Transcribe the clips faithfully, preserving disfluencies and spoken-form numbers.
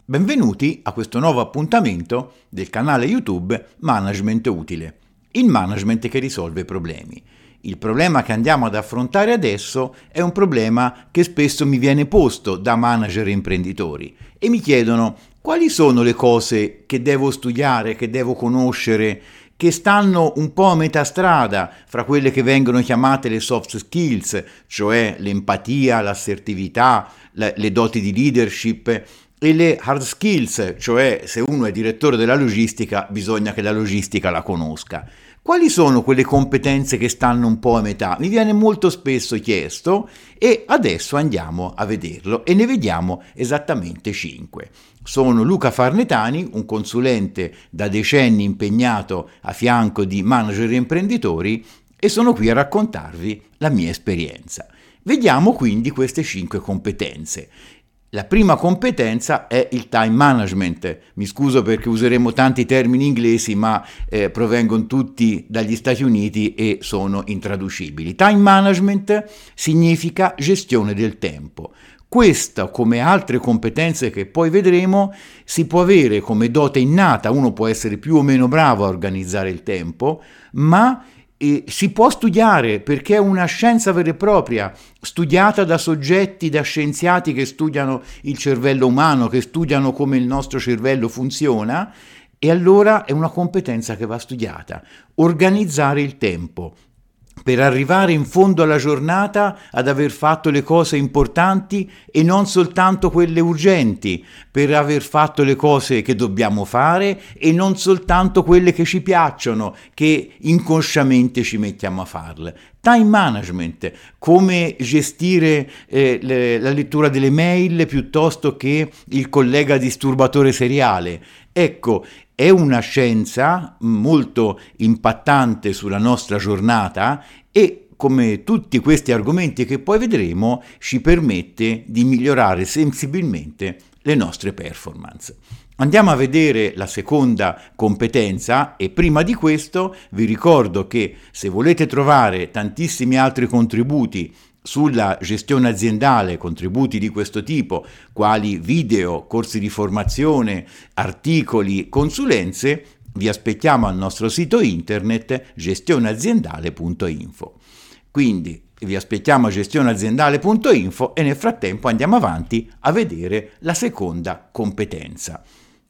Benvenuti a questo nuovo appuntamento del canale YouTube Management Utile, il management che risolve problemi. Il problema che andiamo ad affrontare adesso è un problema che spesso mi viene posto da manager e imprenditori e mi chiedono quali sono le cose che devo studiare, che devo conoscere, che stanno un po' a metà strada fra quelle che vengono chiamate le soft skills, cioè l'empatia, l'assertività, le doti di leadership, e le hard skills, cioè se uno è direttore della logistica bisogna che la logistica la conosca. Quali sono quelle competenze che stanno un po' a metà? Mi viene molto spesso chiesto e adesso andiamo a vederlo e ne vediamo esattamente cinque. Sono Luca Farnetani, un consulente da decenni impegnato a fianco di manager e imprenditori e sono qui a raccontarvi la mia esperienza. Vediamo quindi queste cinque competenze. La prima competenza è il time management. Mi scuso perché useremo tanti termini inglesi, ma eh, provengono tutti dagli Stati Uniti e sono intraducibili. Time management significa gestione del tempo. Questa, come altre competenze che poi vedremo, si può avere come dote innata. Uno può essere più o meno bravo a organizzare il tempo, ma E si può studiare perché è una scienza vera e propria, studiata da soggetti, da scienziati che studiano il cervello umano, che studiano come il nostro cervello funziona, e allora è una competenza che va studiata. Organizzare il tempo per arrivare in fondo alla giornata ad aver fatto le cose importanti e non soltanto quelle urgenti, per aver fatto le cose che dobbiamo fare e non soltanto quelle che ci piacciono, che inconsciamente ci mettiamo a farle. Time management, come gestire eh, le, la lettura delle mail piuttosto che il collega disturbatore seriale. Ecco, è una scienza molto impattante sulla nostra giornata e, come tutti questi argomenti che poi vedremo, ci permette di migliorare sensibilmente le nostre performance. Andiamo a vedere la seconda competenza e prima di questo vi ricordo che se volete trovare tantissimi altri contributi sulla gestione aziendale, contributi di questo tipo, quali video, corsi di formazione, articoli, consulenze, vi aspettiamo al nostro sito internet gestioneaziendale punto info. Quindi vi aspettiamo a gestioneaziendale punto info e nel frattempo andiamo avanti a vedere la seconda competenza.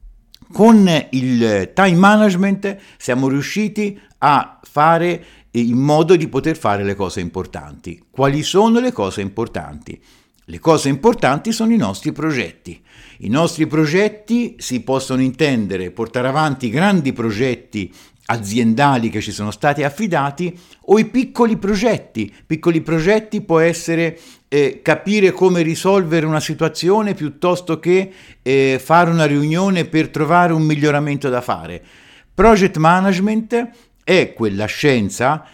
Con il time management siamo riusciti a fare in modo di poter fare le cose importanti. Quali sono le cose importanti? Le cose importanti sono i nostri progetti. I nostri progetti si possono intendere portare avanti grandi progetti aziendali che ci sono stati affidati o i piccoli progetti. Piccoli progetti può essere eh, capire come risolvere una situazione piuttosto che eh, fare una riunione per trovare un miglioramento da fare. Project management è quella scienza,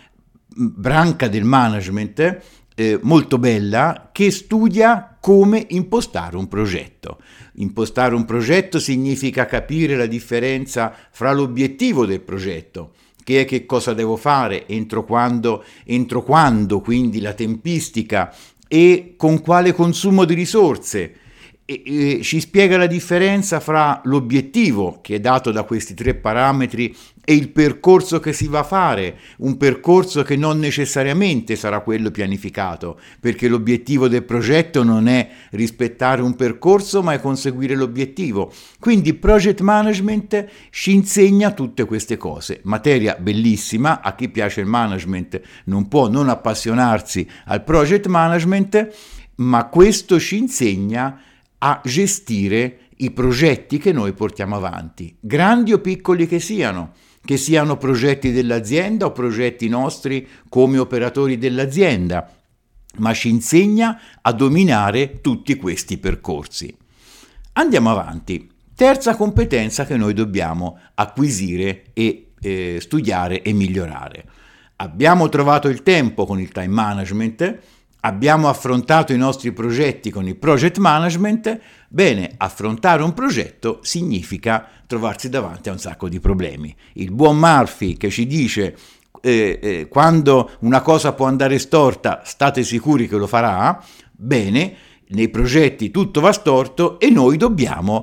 branca del management, eh, molto bella, che studia come impostare un progetto. Impostare un progetto significa capire la differenza fra l'obiettivo del progetto, che è che cosa devo fare, entro quando, entro quando, quindi la tempistica, e con quale consumo di risorse. E, e, ci spiega la differenza fra l'obiettivo, che è dato da questi tre parametri, e il percorso che si va a fare, un percorso che non necessariamente sarà quello pianificato, perché l'obiettivo del progetto non è rispettare un percorso, ma è conseguire l'obiettivo. Quindi project management ci insegna tutte queste cose. Materia bellissima, a chi piace il management non può non appassionarsi al project management, ma questo ci insegna a gestire i progetti che noi portiamo avanti, grandi o piccoli che siano, che siano progetti dell'azienda o progetti nostri come operatori dell'azienda, ma ci insegna a dominare tutti questi percorsi. Andiamo avanti. Terza competenza che noi dobbiamo acquisire e eh, studiare e migliorare. Abbiamo trovato il tempo con il time management, abbiamo affrontato i nostri progetti con il project management. Bene, affrontare un progetto significa trovarsi davanti a un sacco di problemi. Il buon Murphy che ci dice eh, eh, quando una cosa può andare storta state sicuri che lo farà. Bene, nei progetti tutto va storto e noi dobbiamo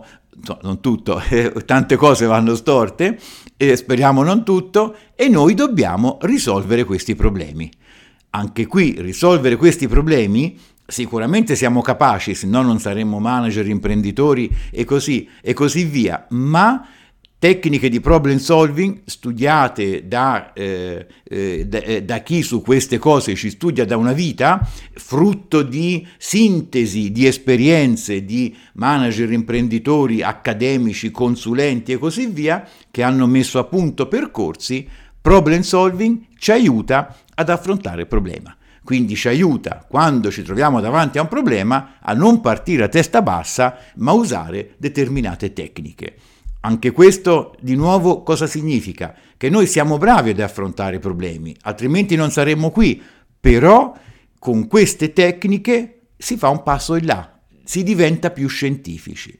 non tutto, eh, tante cose vanno storte, eh, speriamo non tutto, e noi dobbiamo risolvere questi problemi. Anche qui, risolvere questi problemi, sicuramente siamo capaci, se no non saremmo manager, imprenditori e così, e così via, ma tecniche di problem solving studiate da, eh, eh, da, eh, da chi su queste cose ci studia da una vita, frutto di sintesi di esperienze di manager, imprenditori, accademici, consulenti e così via, che hanno messo a punto percorsi. Problem solving ci aiuta ad affrontare il problema. Quindi ci aiuta, quando ci troviamo davanti a un problema, a non partire a testa bassa, ma usare determinate tecniche. Anche questo, di nuovo, cosa significa? Che noi siamo bravi ad affrontare i problemi, altrimenti non saremmo qui, però con queste tecniche si fa un passo in là, si diventa più scientifici.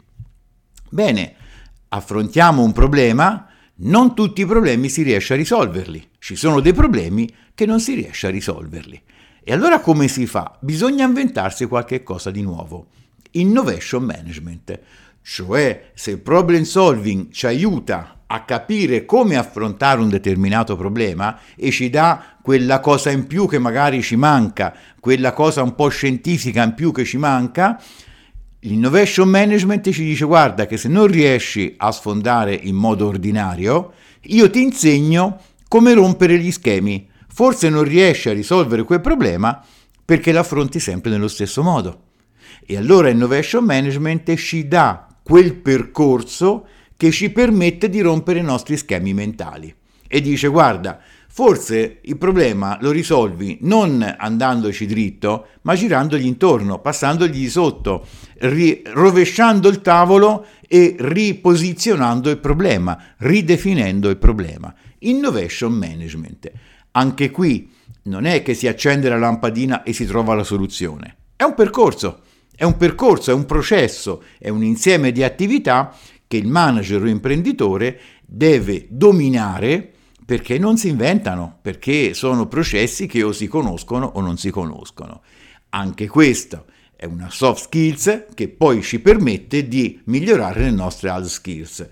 Bene, affrontiamo un problema, non tutti i problemi si riesce a risolverli, ci sono dei problemi che non si riesce a risolverli. E allora come si fa? Bisogna inventarsi qualche cosa di nuovo. Innovation management. Cioè, se il problem solving ci aiuta a capire come affrontare un determinato problema e ci dà quella cosa in più che magari ci manca, quella cosa un po' scientifica in più che ci manca, l'innovation management ci dice: guarda che se non riesci a sfondare in modo ordinario, io ti insegno come rompere gli schemi. Forse non riesci a risolvere quel problema perché l'affronti sempre nello stesso modo. E allora innovation management ci dà quel percorso che ci permette di rompere i nostri schemi mentali e dice: guarda, forse il problema lo risolvi non andandoci dritto, ma girandogli intorno, passandogli di sotto, ri- rovesciando il tavolo e riposizionando il problema, ridefinendo il problema. Innovation management. Anche qui non è che si accende la lampadina e si trova la soluzione, è un percorso. È un percorso, è un processo, è un insieme di attività che il manager o imprenditore deve dominare, perché non si inventano, perché sono processi che o si conoscono o non si conoscono. Anche questo è una soft skills che poi ci permette di migliorare le nostre hard skills.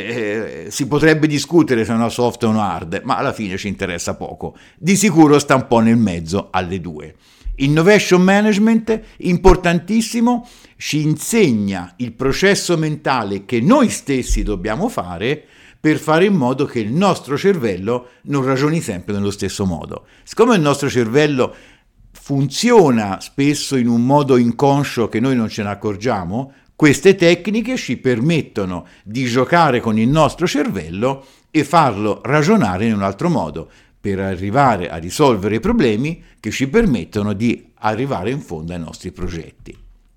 Eh, si potrebbe discutere se è una soft o una hard, ma alla fine ci interessa poco. Di sicuro sta un po' nel mezzo alle due. Innovation management, importantissimo, ci insegna il processo mentale che noi stessi dobbiamo fare per fare in modo che il nostro cervello non ragioni sempre nello stesso modo. Siccome il nostro cervello funziona spesso in un modo inconscio che noi non ce ne accorgiamo, queste tecniche ci permettono di giocare con il nostro cervello e farlo ragionare in un altro modo, per arrivare a risolvere i problemi che ci permettono di arrivare in fondo ai nostri progetti.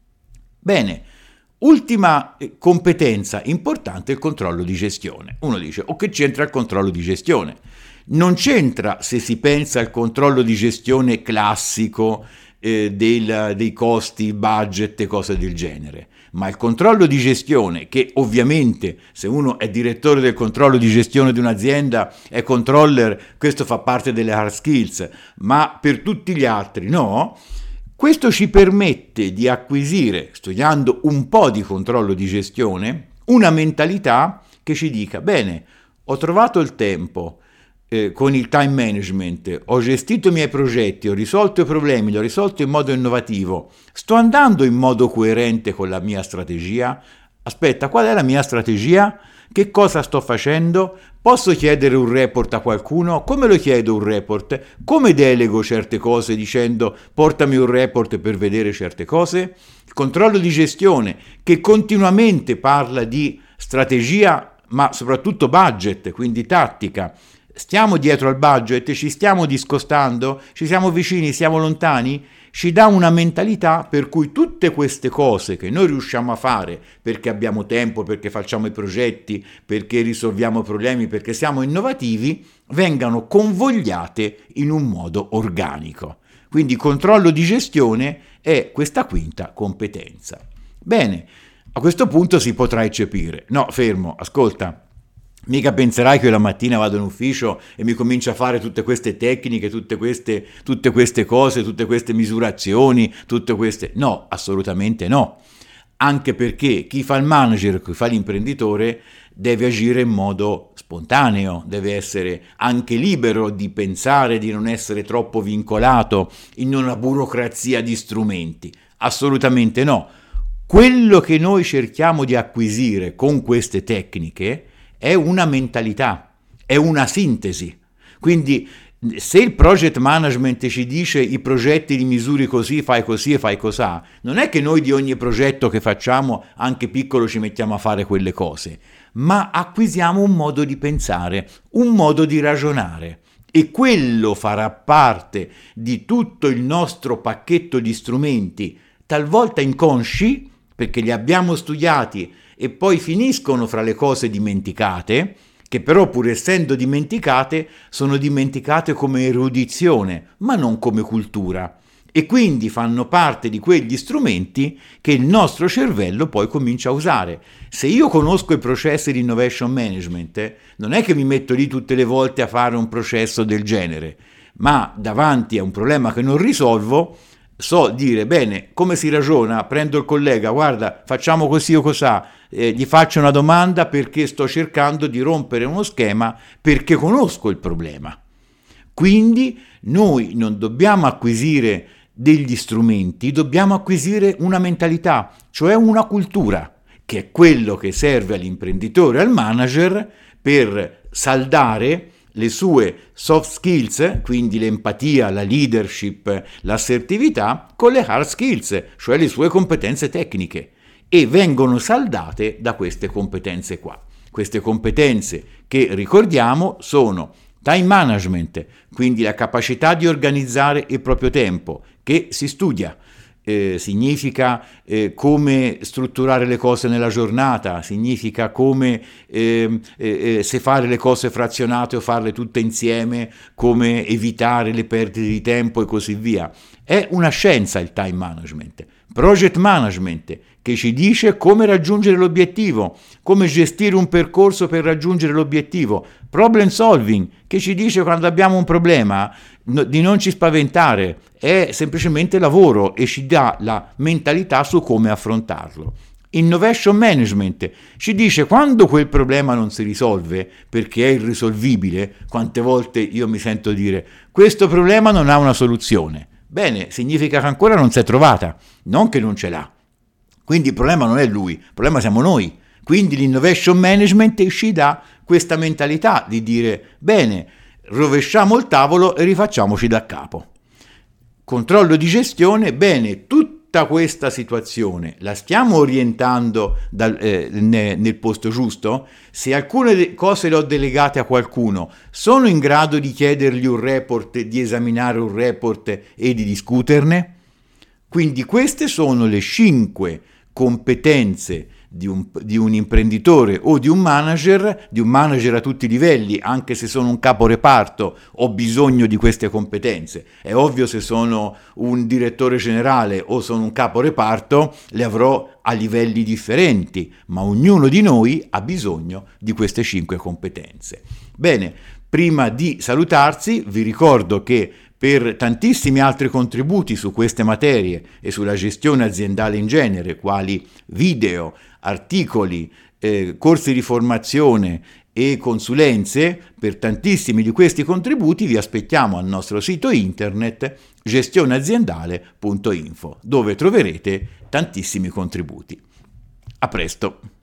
Bene, ultima competenza importante è il controllo di gestione. Uno dice: o che c'entra il controllo di gestione? Non c'entra se si pensa al controllo di gestione classico eh, del, dei costi, budget e cose del genere. Ma il controllo di gestione, che ovviamente se uno è direttore del controllo di gestione di un'azienda, è controller, questo fa parte delle hard skills, ma per tutti gli altri no, questo ci permette di acquisire, studiando un po' di controllo di gestione, una mentalità che ci dica: bene, ho trovato il tempo, Eh, con il time management, ho gestito i miei progetti, ho risolto i problemi, li ho risolto in modo innovativo, sto andando in modo coerente con la mia strategia? Aspetta, qual è la mia strategia? Che cosa sto facendo? Posso chiedere un report a qualcuno? Come lo chiedo un report? Come delego certe cose dicendo portami un report per vedere certe cose? Il controllo di gestione che continuamente parla di strategia, ma soprattutto budget, quindi tattica. Stiamo dietro al budget, ci stiamo discostando, ci siamo vicini, siamo lontani, ci dà una mentalità per cui tutte queste cose che noi riusciamo a fare perché abbiamo tempo, perché facciamo i progetti, perché risolviamo problemi, perché siamo innovativi, vengano convogliate in un modo organico. Quindi controllo di gestione è questa quinta competenza. Bene, a questo punto si potrà eccepire. No, fermo, ascolta. Mica penserai che io la mattina vado in ufficio e mi comincio a fare tutte queste tecniche, tutte queste, tutte queste cose, tutte queste misurazioni, tutte queste... No, assolutamente no. anche perché chi fa il manager, chi fa l'imprenditore, deve agire in modo spontaneo, deve essere anche libero di pensare, di non essere troppo vincolato in una burocrazia di strumenti. Assolutamente no. Quello che noi cerchiamo di acquisire con queste tecniche è una mentalità, è una sintesi. Quindi se il project management ci dice i progetti li misuri così, fai così e fai cosà, non è che noi di ogni progetto che facciamo, anche piccolo, ci mettiamo a fare quelle cose, ma acquisiamo un modo di pensare, un modo di ragionare, e quello farà parte di tutto il nostro pacchetto di strumenti, talvolta inconsci, perché li abbiamo studiati e poi finiscono fra le cose dimenticate, che però, pur essendo dimenticate, sono dimenticate come erudizione, ma non come cultura, e quindi fanno parte di quegli strumenti che il nostro cervello poi comincia a usare. Se io conosco i processi di innovation management, eh, non è che mi metto lì tutte le volte a fare un processo del genere, ma davanti a un problema che non risolvo, so dire, bene, come si ragiona? Prendo il collega, guarda, facciamo così o cosà, eh, gli faccio una domanda perché sto cercando di rompere uno schema perché conosco il problema. Quindi noi non dobbiamo acquisire degli strumenti, dobbiamo acquisire una mentalità, cioè una cultura, che è quello che serve all'imprenditore e al manager per saldare le sue soft skills, quindi l'empatia, la leadership, l'assertività, con le hard skills, cioè le sue competenze tecniche, e vengono saldate da queste competenze qua. Queste competenze che, ricordiamo, sono time management, quindi la capacità di organizzare il proprio tempo, che si studia. Eh, significa eh, come strutturare le cose nella giornata, significa come eh, eh, se fare le cose frazionate o farle tutte insieme, come evitare le perdite di tempo e così via. È una scienza il time management. Project management, che ci dice come raggiungere l'obiettivo, come gestire un percorso per raggiungere l'obiettivo. Problem solving, che ci dice quando abbiamo un problema no, di non ci spaventare, è semplicemente lavoro e ci dà la mentalità su come affrontarlo. Innovation management ci dice quando quel problema non si risolve perché è irrisolvibile. Quante volte io mi sento dire questo problema non ha una soluzione. Bene, significa che ancora non si è trovata, non che non ce l'ha. Quindi il problema non è lui, il problema siamo noi. Quindi l'innovation management ci dà questa mentalità di dire bene, rovesciamo il tavolo e rifacciamoci da capo. Controllo di gestione, bene, tutta questa situazione la stiamo orientando dal, eh, ne, nel posto giusto? Se alcune cose le ho delegate a qualcuno, sono in grado di chiedergli un report, di esaminare un report e di discuterne? Quindi queste sono le cinque competenze di un, di un imprenditore o di un manager, di un manager a tutti i livelli. Anche se sono un capo reparto ho bisogno di queste competenze. È ovvio, se sono un direttore generale o sono un capo reparto le avrò a livelli differenti, ma ognuno di noi ha bisogno di queste cinque competenze. Bene, prima di salutarsi vi ricordo che per tantissimi altri contributi su queste materie e sulla gestione aziendale in genere, quali video, articoli, eh, corsi di formazione e consulenze, per tantissimi di questi contributi vi aspettiamo al nostro sito internet gestioneaziendale punto info, dove troverete tantissimi contributi. A presto!